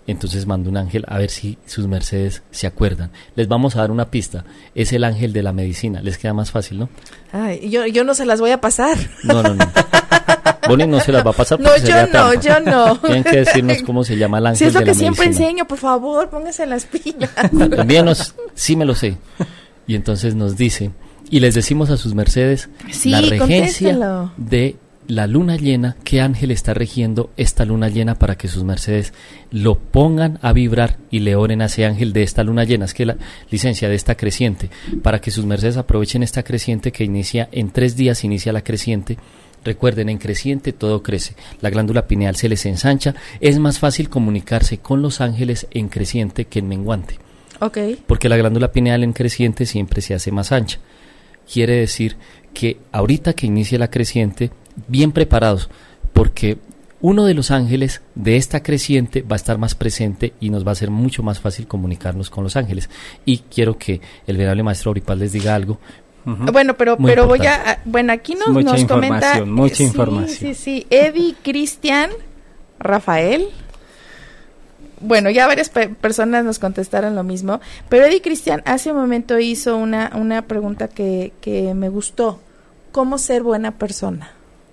entonces mandó un ángel a ver si sus mercedes se acuerdan. Les vamos a dar una pista, es el ángel de la medicina, les queda más fácil, ¿no? Ay, yo, yo no se las voy a pasar. No, no, no. Bonnie no se las va a pasar. No, yo no, trampa. yo no. Tienen que decirnos cómo se llama el ángel si es lo de que la siempre medicina. enseño, por favor, pónganse las pilas. Envíenos, sí me lo sé. Y entonces nos dice, y les decimos a sus mercedes, sí, la regencia contéstalo. de la luna llena, qué ángel está rigiendo esta luna llena para que sus mercedes lo pongan a vibrar y le oren a ese ángel de esta luna llena, es que la licencia de esta creciente, para que sus mercedes aprovechen esta creciente que inicia en tres días, inicia la creciente. Recuerden, en creciente todo crece, la glándula pineal se les ensancha, es más fácil comunicarse con los ángeles en creciente que en menguante. Okay. Porque la glándula pineal en creciente siempre se hace más ancha. Quiere decir que ahorita que inicie la creciente, bien preparados, porque uno de los ángeles de esta creciente va a estar más presente y nos va a ser mucho más fácil comunicarnos con los ángeles. Y quiero que el venerable maestro Auripaz les diga algo. Uh-huh. Bueno, pero Muy pero importante. voy a bueno aquí nos, mucha nos información, comenta mucha sí, información. Sí, sí, Eddie, Cristian, Rafael. Bueno, ya varias pe- personas nos contestaron lo mismo, pero Eddie Cristian hace un momento hizo una una pregunta que que me gustó. ¿Cómo ser buena persona?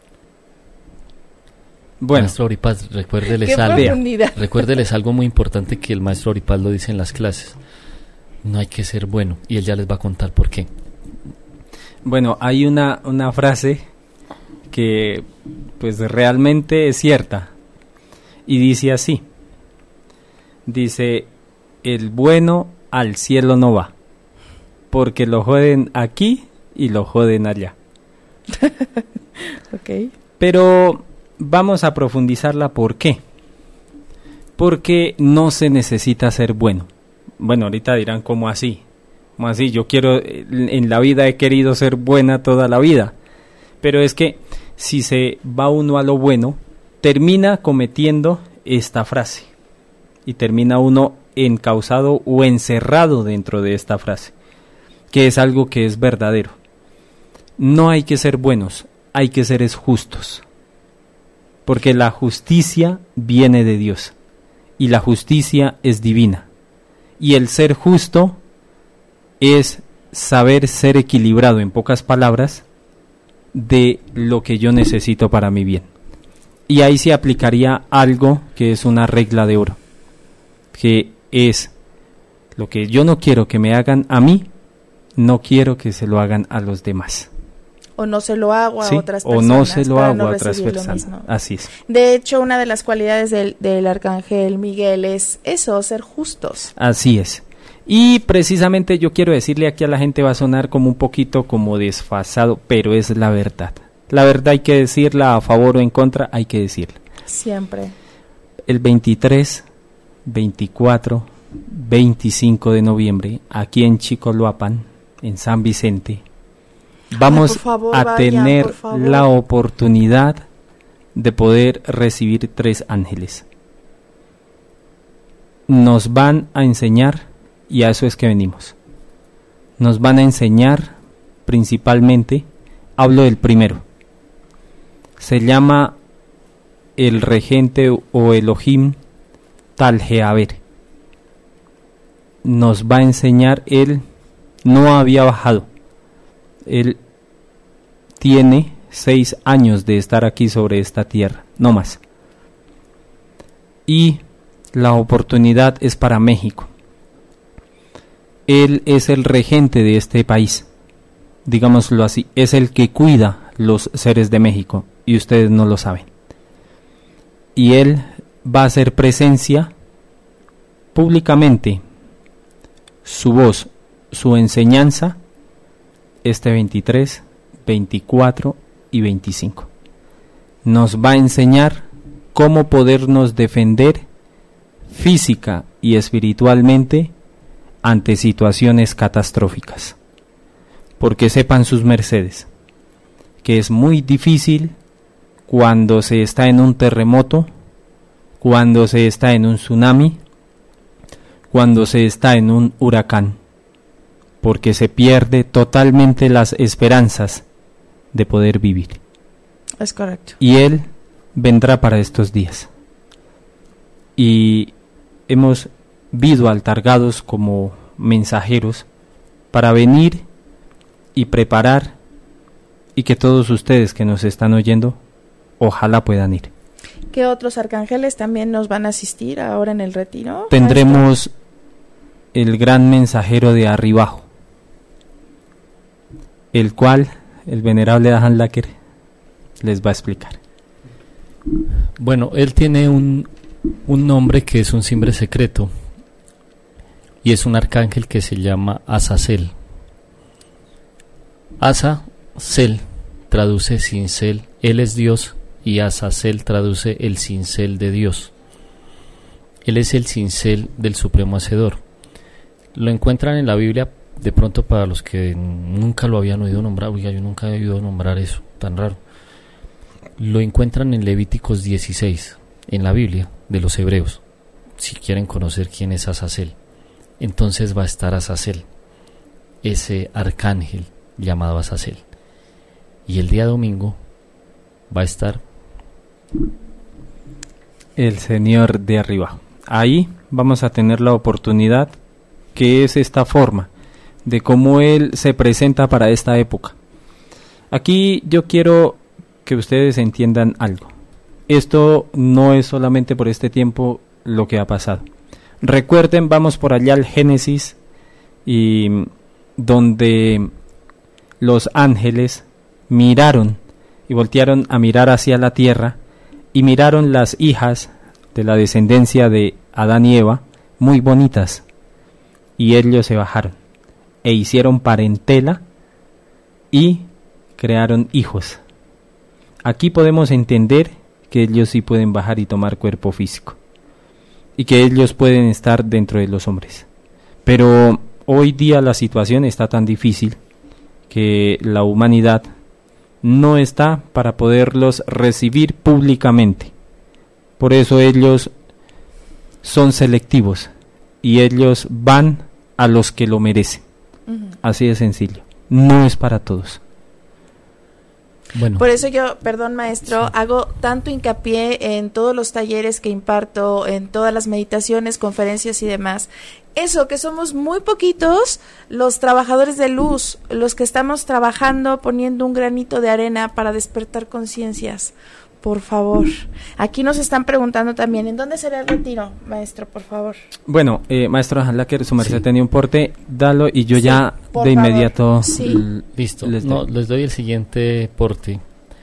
Bueno, Maestro Auripaz, recuérdeles Qué algo, profundidad. recuérdeles algo muy importante que el maestro Auripaz lo dice en las clases. No hay que ser bueno, y él ya les va a contar por qué. bueno, hay una, una frase que pues realmente es cierta y dice así. Dice, el bueno al cielo no va, porque lo joden aquí y lo joden allá. Okay. Pero vamos a profundizarla, ¿por qué? Porque no se necesita ser bueno. Bueno, ahorita dirán, ¿cómo así? ¿Cómo así? Yo quiero, en la vida he querido ser buena toda la vida. Pero es que si se va uno a lo bueno, termina cometiendo esta frase. Y termina uno encauzado o encerrado dentro de esta frase, que es algo que es verdadero. No hay que ser buenos, hay que ser es justos. Porque la justicia viene de Dios. Y la justicia es divina. Y el ser justo es saber ser equilibrado, en pocas palabras, de lo que yo necesito para mi bien. Y ahí se aplicaría algo que es una regla de oro, que es lo que yo no quiero que me hagan a mí, no quiero que se lo hagan a los demás. O no se lo hago a ¿Sí? otras personas. O no se lo para hago no a otras recibir lo personas. mismo. Así es. De hecho, una de las cualidades del, del arcángel Miguel es eso, ser justos. Así es. Y precisamente yo quiero decirle aquí a la gente, va a sonar como un poquito como desfasado, pero es la verdad. La verdad hay que decirla, a favor o en contra, hay que decirla. Siempre. El veintitrés, veinticuatro, veinticinco de noviembre, aquí en Chicoloapan, en San Vicente, vamos Ay, por favor, a vayan, tener por favor. la oportunidad de poder recibir tres ángeles. Nos van a enseñar, y a eso es que venimos, nos van a enseñar principalmente, hablo del primero, se llama el regente o Elohim Taljeaber. Nos va a enseñar, él no había bajado, él tiene seis años de estar aquí sobre esta tierra, no más. Y la oportunidad es para México. Él es el regente de este país, digámoslo así, es el que cuida los seres de México, y ustedes no lo saben. Y él va a hacer presencia públicamente, su voz, su enseñanza, este veintitrés, veinticuatro y veinticinco. Nos va a enseñar cómo podernos defender física y espiritualmente ante situaciones catastróficas. Porque sepan sus mercedes que es muy difícil cuando se está en un terremoto, cuando se está en un tsunami, cuando se está en un huracán, porque se pierde totalmente las esperanzas de poder vivir. Es correcto. Y Él vendrá para estos días. Y hemos visto altargados como mensajeros para venir y preparar, y que todos ustedes que nos están oyendo, ojalá puedan ir. ¿Qué otros arcángeles también nos van a asistir ahora en el retiro? Tendremos el gran mensajero de Arribajo, el cual el venerable Dahan Laker les va a explicar. Bueno, él tiene un, un nombre que es un simbre secreto, y es un arcángel que se llama Azazel. Azazel traduce cincel, él es Dios, y Azazel traduce el cincel de Dios. Él es el cincel del Supremo Hacedor. Lo encuentran en la Biblia, de pronto para los que nunca lo habían oído nombrar. Oiga, yo nunca he oído nombrar eso, tan raro. Lo encuentran en Levíticos dieciséis, en la Biblia de los hebreos, si quieren conocer quién es Azazel. Entonces va a estar Azazel, ese arcángel llamado Azazel. Y el día domingo va a estar el Señor de Arriba. Ahí vamos a tener la oportunidad, que es esta forma de cómo Él se presenta para esta época. Aquí yo quiero que ustedes entiendan algo. Esto no es solamente por este tiempo lo que ha pasado. Recuerden, vamos por allá al Génesis, y donde los ángeles miraron y voltearon a mirar hacia la tierra, y miraron las hijas de la descendencia de Adán y Eva, muy bonitas, y ellos se bajaron e hicieron parentela y crearon hijos. Aquí podemos entender que ellos sí pueden bajar y tomar cuerpo físico, y que ellos pueden estar dentro de los hombres. Pero hoy día la situación está tan difícil que la humanidad no está para poderlos recibir públicamente. Por eso ellos son selectivos, y ellos van a los que lo merecen. Uh-huh. Así de sencillo. No es para todos. Bueno. Por eso yo, perdón maestro, sí. hago tanto hincapié en todos los talleres que imparto, en todas las meditaciones, conferencias y demás. Eso, que somos muy poquitos los trabajadores de luz, los que estamos trabajando, poniendo un granito de arena para despertar conciencias. Por favor. Aquí nos están preguntando también, ¿en dónde será el retiro, maestro, por favor? Bueno, eh, maestro Dahan Laker, su merced sí. tenía un porte, dalo, y yo sí, ya de favor. inmediato... Sí. L- Listo, les doy. No, les doy el siguiente porte.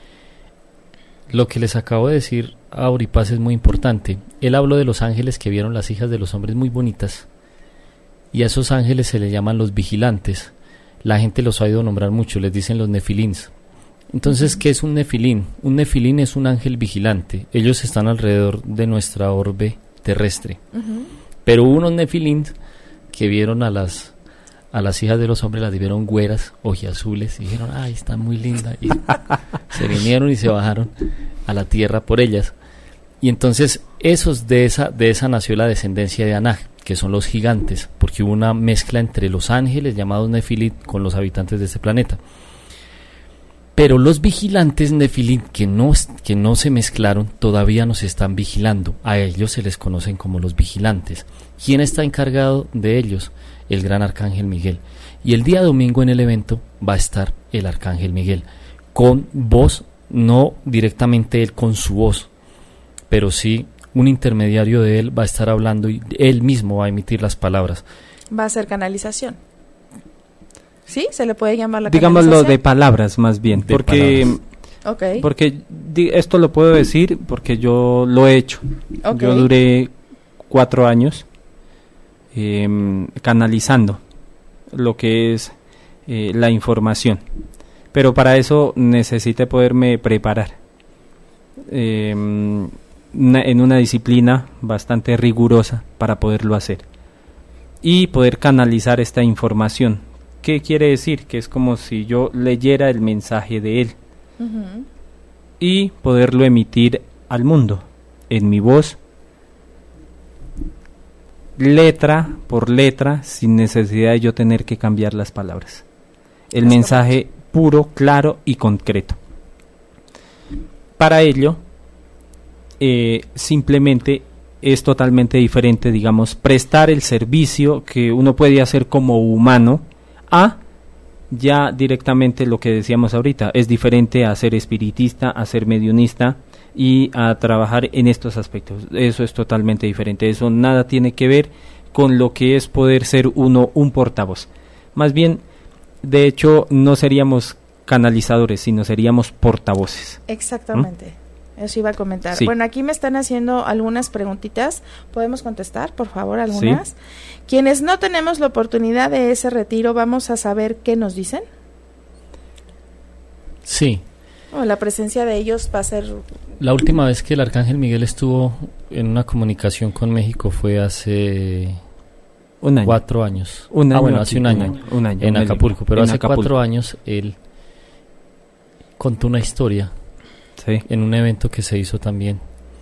Lo que les acabo de decir a Auripaz es muy importante. Él habló de los ángeles que vieron las hijas de los hombres muy bonitas, y a esos ángeles se les llaman los vigilantes. La gente los ha oído nombrar mucho, les dicen los nefilins. Entonces, ¿qué es un nefilín? Un nefilín es un ángel vigilante. Ellos están alrededor de nuestra orbe terrestre. Uh-huh. Pero hubo unos nefilín que vieron a las a las hijas de los hombres, las vieron güeras, ojiazules, y dijeron, ay, están muy lindas. Y se vinieron y se bajaron a la tierra por ellas. Y entonces, esos de esa, de esa nació la descendencia de Anak, que son los gigantes, porque hubo una mezcla entre los ángeles llamados nefilín con los habitantes de este planeta. Pero los vigilantes nefilín que no, que no se mezclaron todavía nos están vigilando. A ellos se les conocen como los vigilantes. ¿Quién está encargado de ellos? El gran arcángel Miguel. Y el día domingo en el evento va a estar el arcángel Miguel, con voz, no directamente él con su voz, pero sí un intermediario de él va a estar hablando y él mismo va a emitir las palabras. Va a ser canalización. ¿Sí? ¿Se le puede llamar la Digámoslo canalización? de palabras más bien, de porque palabras. Okay. porque di, esto lo puedo decir porque yo lo he hecho. Okay. Yo duré cuatro años eh, canalizando lo que es eh, la información, pero para eso necesité poderme preparar eh, una, en una disciplina bastante rigurosa para poderlo hacer y poder canalizar esta información. ¿Qué quiere decir? Que es como si yo leyera el mensaje de él uh-huh. y poderlo emitir al mundo en mi voz, letra por letra, sin necesidad de yo tener que cambiar las palabras. El Hasta mensaje más. puro, claro y concreto. Para ello, eh, simplemente es totalmente diferente, digamos, prestar el servicio que uno puede hacer como humano a ya directamente lo que decíamos ahorita. Es diferente a ser espiritista, a ser mediunista y a trabajar en estos aspectos. Eso es totalmente diferente. Eso nada tiene que ver con lo que es poder ser uno un portavoz. Más bien, de hecho, no seríamos canalizadores, sino seríamos portavoces. Exactamente. ¿Mm? Eso iba a comentar. Sí. Bueno, aquí me están haciendo algunas preguntitas. ¿Podemos contestar, por favor, algunas? Sí. Quienes no tenemos la oportunidad de ese retiro, ¿vamos a saber qué nos dicen? Sí. Oh, la presencia de ellos va a ser... La última vez que el Arcángel Miguel estuvo en una comunicación con México fue hace un año. cuatro años. Un año ah, bueno, aquí, hace un año, un año, un año en Acapulco. Pero en hace Acapulco. cuatro años él contó una historia sí. en un evento que se hizo también.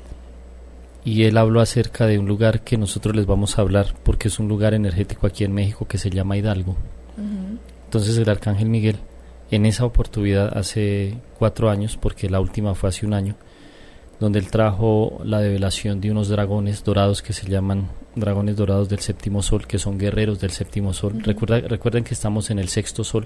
Y él habló acerca de un lugar que nosotros les vamos a hablar, porque es un lugar energético aquí en México que se llama Hidalgo. Uh-huh. Entonces el Arcángel Miguel, en esa oportunidad hace cuatro años, porque la última fue hace un año, donde él trajo la develación de unos dragones dorados que se llaman dragones dorados del séptimo sol, que son guerreros del séptimo sol. Uh-huh. Recuerda, recuerden que estamos en el sexto sol,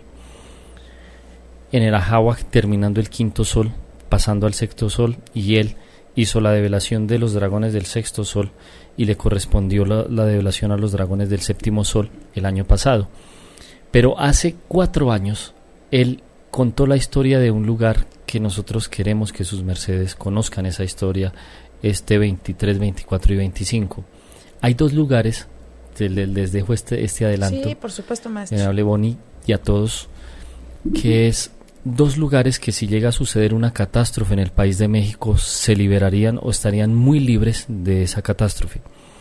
en el Ajáhuac, terminando el quinto sol, pasando al sexto sol, y él hizo la develación de los dragones del sexto sol y le correspondió la, la develación a los dragones del séptimo sol el año pasado. Pero hace cuatro años él contó la historia de un lugar que nosotros queremos que sus mercedes conozcan esa historia este veintitrés, veinticuatro y veinticinco. Hay dos lugares, les, les dejo este, este adelanto. Sí, por supuesto, maestro. Venerable Boni y a todos, que es dos lugares que si llega a suceder una catástrofe en el país de México se liberarían o estarían muy libres de esa catástrofe,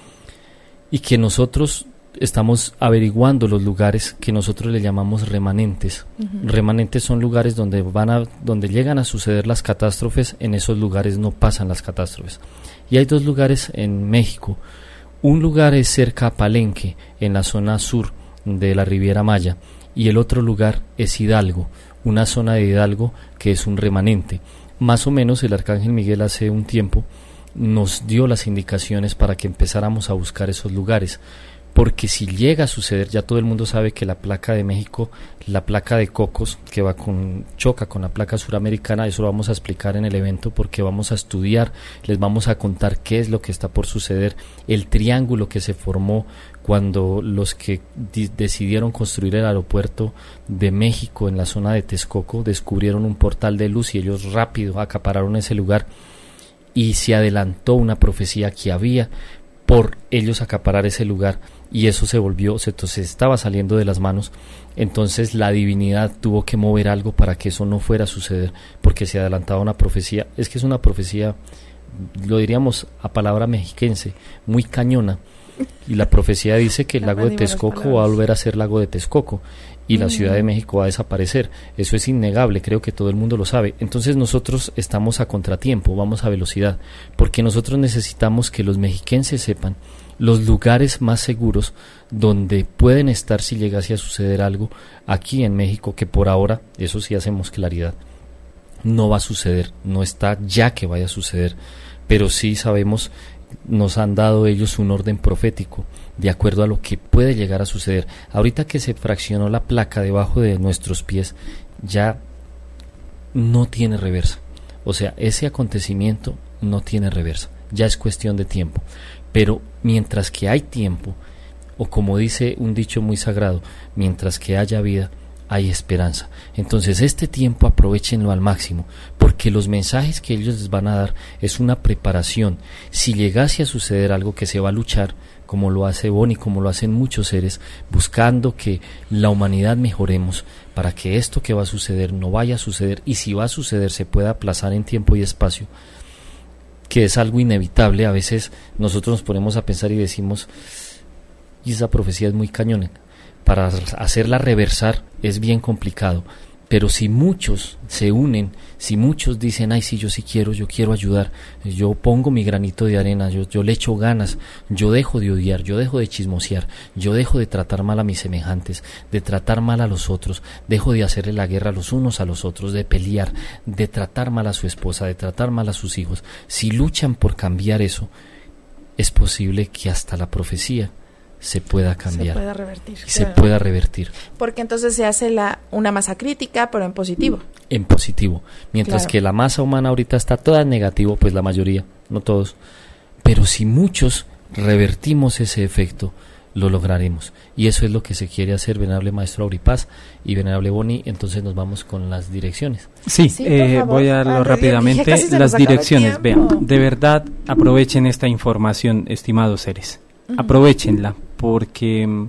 y que nosotros estamos averiguando los lugares que nosotros le llamamos remanentes. Uh-huh. Remanentes son lugares donde van a, donde llegan a suceder las catástrofes. En esos lugares no pasan las catástrofes, y hay dos lugares en México. Un lugar es cerca a Palenque, en la zona sur de la Riviera Maya, y el otro lugar es Hidalgo, una zona de Hidalgo que es un remanente. Más o menos el Arcángel Miguel hace un tiempo nos dio las indicaciones para que empezáramos a buscar esos lugares, porque si llega a suceder, ya todo el mundo sabe que la placa de México, la placa de Cocos, que va con choca con la placa suramericana, eso lo vamos a explicar en el evento, porque vamos a estudiar, les vamos a contar qué es lo que está por suceder, el triángulo que se formó cuando los que di- decidieron construir el aeropuerto de México en la zona de Texcoco descubrieron un portal de luz, y ellos rápido acapararon ese lugar, y se adelantó una profecía que había por ellos acaparar ese lugar, y eso se volvió, se, se estaba saliendo de las manos. Entonces la divinidad tuvo que mover algo para que eso no fuera a suceder, porque se adelantaba una profecía. Es que es una profecía, lo diríamos a palabra mexiquense, muy cañona, y la profecía dice que el lago de Texcoco va a volver a ser lago de Texcoco, y la Ciudad de México va a desaparecer. Eso es innegable, creo que todo el mundo lo sabe. Entonces nosotros estamos a contratiempo, vamos a velocidad, porque nosotros necesitamos que los mexiquenses sepan los lugares más seguros donde pueden estar si llegase a suceder algo aquí en México, que por ahora, eso sí hacemos claridad, no va a suceder, no está ya que vaya a suceder, pero sí sabemos, nos han dado ellos un orden profético de acuerdo a lo que puede llegar a suceder. Ahorita que se fraccionó la placa debajo de nuestros pies, ya no tiene reversa. O sea, ese acontecimiento no tiene reversa, ya es cuestión de tiempo. Pero mientras que hay tiempo, o como dice un dicho muy sagrado, mientras que haya vida, hay esperanza. Entonces este tiempo aprovéchenlo al máximo, porque los mensajes que ellos les van a dar es una preparación. Si llegase a suceder algo, que se va a luchar, como lo hace Boni, como lo hacen muchos seres, buscando que la humanidad mejoremos, para que esto que va a suceder no vaya a suceder, y si va a suceder se pueda aplazar en tiempo y espacio, que es algo inevitable. A veces nosotros nos ponemos a pensar y decimos, y esa profecía es muy cañona, para hacerla reversar es bien complicado, pero si muchos se unen, si muchos dicen, ay sí, yo sí quiero, yo quiero ayudar, yo pongo mi granito de arena, yo, yo le echo ganas, yo dejo de odiar, yo dejo de chismosear, yo dejo de tratar mal a mis semejantes, de tratar mal a los otros, dejo de hacerle la guerra los unos a los otros, de pelear, de tratar mal a su esposa, de tratar mal a sus hijos. Si luchan por cambiar eso, es posible que hasta la profecía se pueda cambiar, se pueda revertir, se claro. pueda revertir. Porque entonces se hace la una masa crítica, pero en positivo. En positivo, mientras Claro. que la masa humana ahorita está toda en negativo, pues la mayoría, no todos, pero si muchos revertimos ese efecto, lo lograremos, y eso es lo que se quiere hacer, venerable maestro Auripaz y venerable Boni. Entonces nos vamos con las direcciones. Sí, Sí, por eh, favor. voy a darlo Ah, rápidamente. dije, casi se Las nos acaba el direcciones, vean, tiempo. de verdad aprovechen esta información, estimados seres. Ujú. Aprovechenla, porque mm,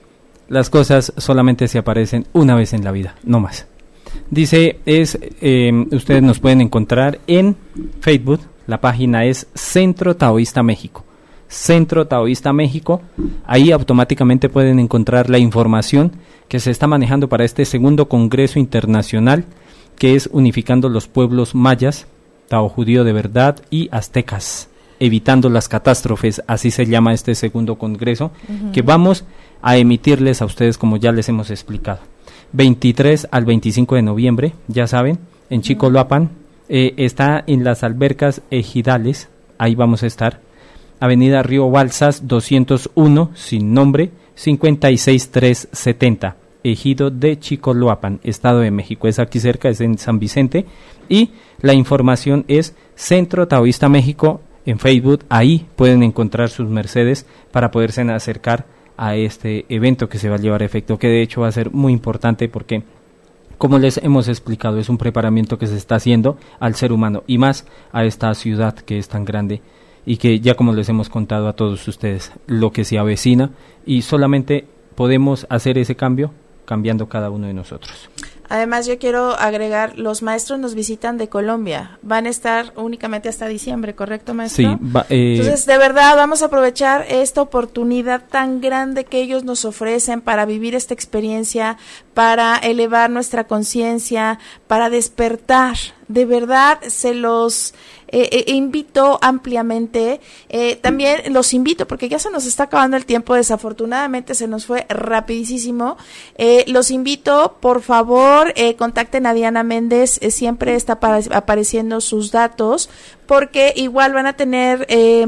las cosas solamente se aparecen una vez en la vida, no más. Dice, es eh, ustedes nos pueden encontrar en Facebook, la página es Centro Taoísta México. Centro Taoísta México, ahí automáticamente pueden encontrar la información que se está manejando para este segundo Congreso Internacional, que es unificando los pueblos mayas, Tao Judío de Verdad y aztecas, evitando las catástrofes, así se llama este segundo Congreso, Ujú. que vamos a emitirles a ustedes como ya les hemos explicado. veintitrés al veinticinco de noviembre, ya saben, en Chicoloapan, eh, está en las albercas ejidales, ahí vamos a estar, Avenida Río Balsas doscientos uno, sin nombre, cincuenta y seis mil trescientos setenta, ejido de Chicoloapan, Estado de México, es aquí cerca, es en San Vicente, y la información es Centro Taoísta México en Facebook, ahí pueden encontrar sus mercedes para poderse acercar a este evento que se va a llevar a efecto, que de hecho va a ser muy importante porque, como les hemos explicado, es un preparamiento que se está haciendo al ser humano y más a esta ciudad que es tan grande y que ya como les hemos contado a todos ustedes, lo que se avecina, y solamente podemos hacer ese cambio cambiando cada uno de nosotros. Además, yo quiero agregar, los maestros nos visitan de Colombia, van a estar únicamente hasta diciembre, ¿correcto, maestro? Sí, va, eh, Entonces, de verdad, vamos a aprovechar esta oportunidad tan grande que ellos nos ofrecen para vivir esta experiencia, para elevar nuestra conciencia, para despertar. De verdad, se los eh, eh, invito ampliamente. Eh, también los invito, porque ya se nos está acabando el tiempo, desafortunadamente se nos fue rapidísimo. Eh, los invito, por favor, eh, contacten a Diana Méndez, eh, siempre está apa- apareciendo sus datos, porque igual van a tener eh,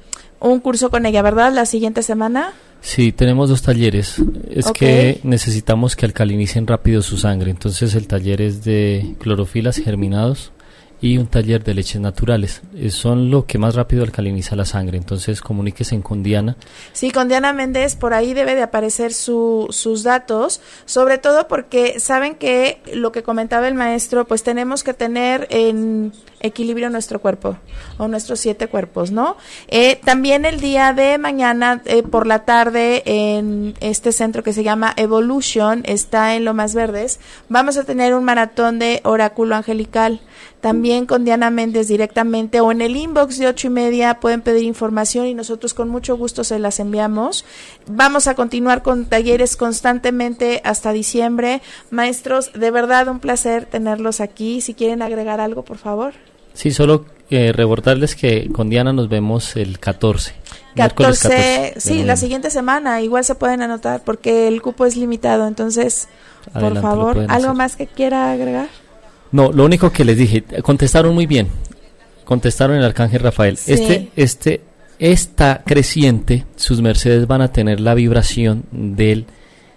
un curso con ella, ¿verdad? La siguiente semana. Sí, tenemos dos talleres. Es Ok. que necesitamos que alcalinicen rápido su sangre. Entonces el taller es de clorofilas germinados y un taller de leches naturales. Eh, son lo que más rápido alcaliniza la sangre. Entonces comuníquese con Diana. Sí, con Diana Méndez, por ahí debe de aparecer su, sus datos, sobre todo porque saben que lo que comentaba el maestro, pues tenemos que tener en equilibrio nuestro cuerpo, o nuestros siete cuerpos, ¿no? Eh, también el día de mañana, eh, por la tarde, en este centro que se llama Evolution, está en Lomas Verdes, vamos a tener un maratón de oráculo angelical, también con Diana Méndez directamente, o en el inbox de ocho y media pueden pedir información y nosotros con mucho gusto se las enviamos. Vamos a continuar con talleres constantemente hasta diciembre. Maestros, de verdad un placer tenerlos aquí. Si quieren agregar algo, por favor. Sí, solo eh, recordarles que con Diana nos vemos el catorce. miércoles catorce, catorce de sí, noviembre. la siguiente semana, igual se pueden anotar porque el cupo es limitado, entonces, Adelante, por lo favor, pueden ¿algo hacer. más que quiera agregar? No, lo único que les dije, contestaron muy bien. Contestaron el arcángel Rafael. Sí. Este, este, esta creciente, sus mercedes van a tener la vibración del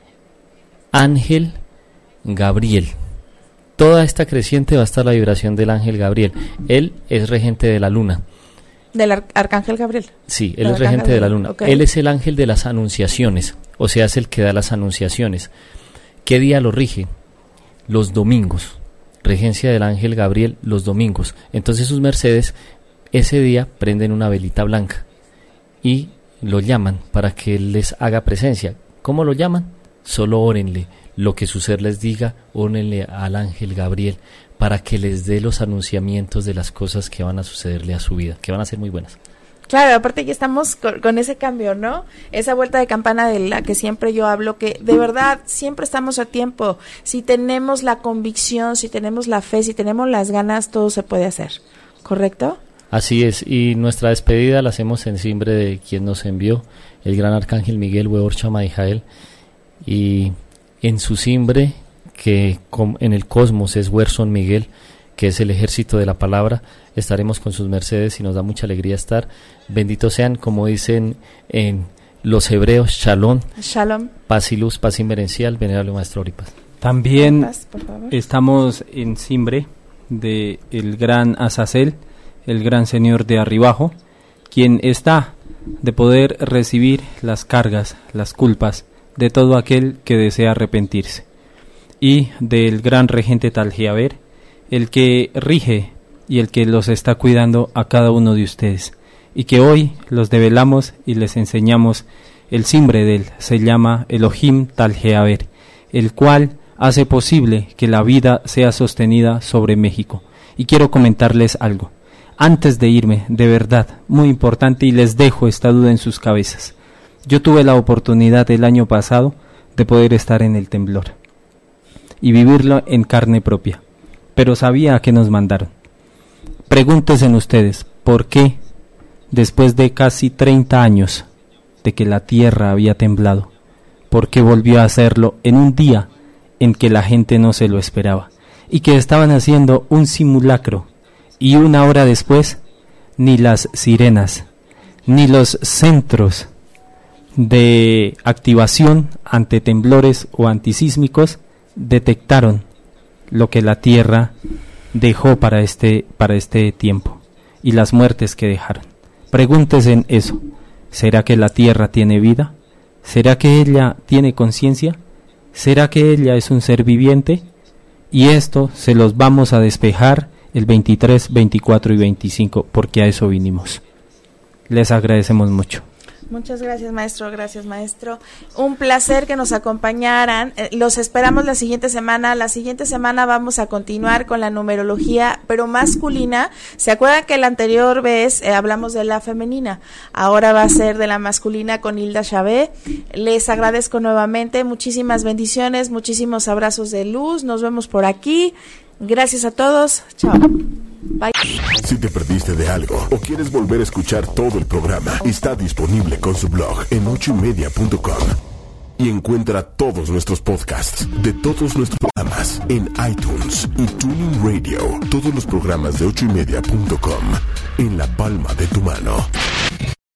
ángel Gabriel. Toda esta creciente va a estar la vibración del ángel Gabriel. Él es regente de la luna. Del ar- Arcángel Gabriel. Sí, él Del es regente arcángel de la Gabriel, luna. ok. Él es el ángel de las anunciaciones, o sea, es el que da las anunciaciones. ¿Qué día lo rige? Los domingos. Regencia del ángel Gabriel los domingos. Entonces sus mercedes ese día prenden una velita blanca y lo llaman para que él les haga presencia. ¿Cómo lo llaman? Solo órenle. Lo que su ser les diga, órenle al ángel Gabriel para que les dé los anunciamientos de las cosas que van a sucederle a su vida, que van a ser muy buenas. Claro, aparte ya estamos con, con ese cambio, ¿no? Esa vuelta de campana de la que siempre yo hablo, que de verdad siempre estamos a tiempo. Si tenemos la convicción, si tenemos la fe, si tenemos las ganas, todo se puede hacer, ¿correcto? Así es, y nuestra despedida la hacemos en simbre de quien nos envió, el gran arcángel Miguel Weor Chamaijael, y en su simbre, que com- en el cosmos es Werson Miguel, que es el ejército de la palabra. Estaremos con sus mercedes y nos da mucha alegría estar. Benditos sean, como dicen en los hebreos, shalom, shalom, paz y luz, paz inmerencial, venerable Maestro Auri Paz. También paz, estamos en Simbre de el gran Azazel, el gran señor de Arribajo, quien está de poder recibir las cargas, las culpas de todo aquel que desea arrepentirse, y del gran regente Talgeaber, el que rige y el que los está cuidando a cada uno de ustedes, y que hoy los develamos y les enseñamos el simbre de él. Se llama Elohim Talgeaber, el cual hace posible que la vida sea sostenida sobre México. Y quiero comentarles algo antes de irme, de verdad, muy importante, y les dejo esta duda en sus cabezas. Yo tuve la oportunidad el año pasado de poder estar en el temblor y vivirlo en carne propia, pero sabía a qué nos mandaron. Pregúntense ustedes, ¿por qué después de casi treinta años de que la tierra había temblado, por qué volvió a hacerlo en un día en que la gente no se lo esperaba y que estaban haciendo un simulacro, y una hora después ni las sirenas ni los centros de activación ante temblores o antisísmicos detectaron lo que la tierra dejó para este, para este tiempo y las muertes que dejaron? Pregúntense en eso. ¿Será que la tierra tiene vida? ¿Será que ella tiene conciencia? ¿Será que ella es un ser viviente? Y esto se los vamos a despejar el veintitrés, veinticuatro y veinticinco, porque a eso vinimos. Les agradecemos mucho. Muchas gracias, maestro, gracias, maestro. Un placer que nos acompañaran. Eh, los esperamos la siguiente semana. La siguiente semana vamos a continuar con la numerología, pero masculina. ¿Se acuerdan que la anterior vez eh, hablamos de la femenina? Ahora va a ser de la masculina con Hilda Chávez. Les agradezco nuevamente. Muchísimas bendiciones, muchísimos abrazos de luz. Nos vemos por aquí. Gracias a todos. Chao. Bye. Si te perdiste de algo o quieres volver a escuchar todo el programa, está disponible con su blog en ocho y media punto com. Y encuentra todos nuestros podcasts de todos nuestros programas en iTunes y TuneIn Radio. Todos los programas de ocho y media punto com en la palma de tu mano.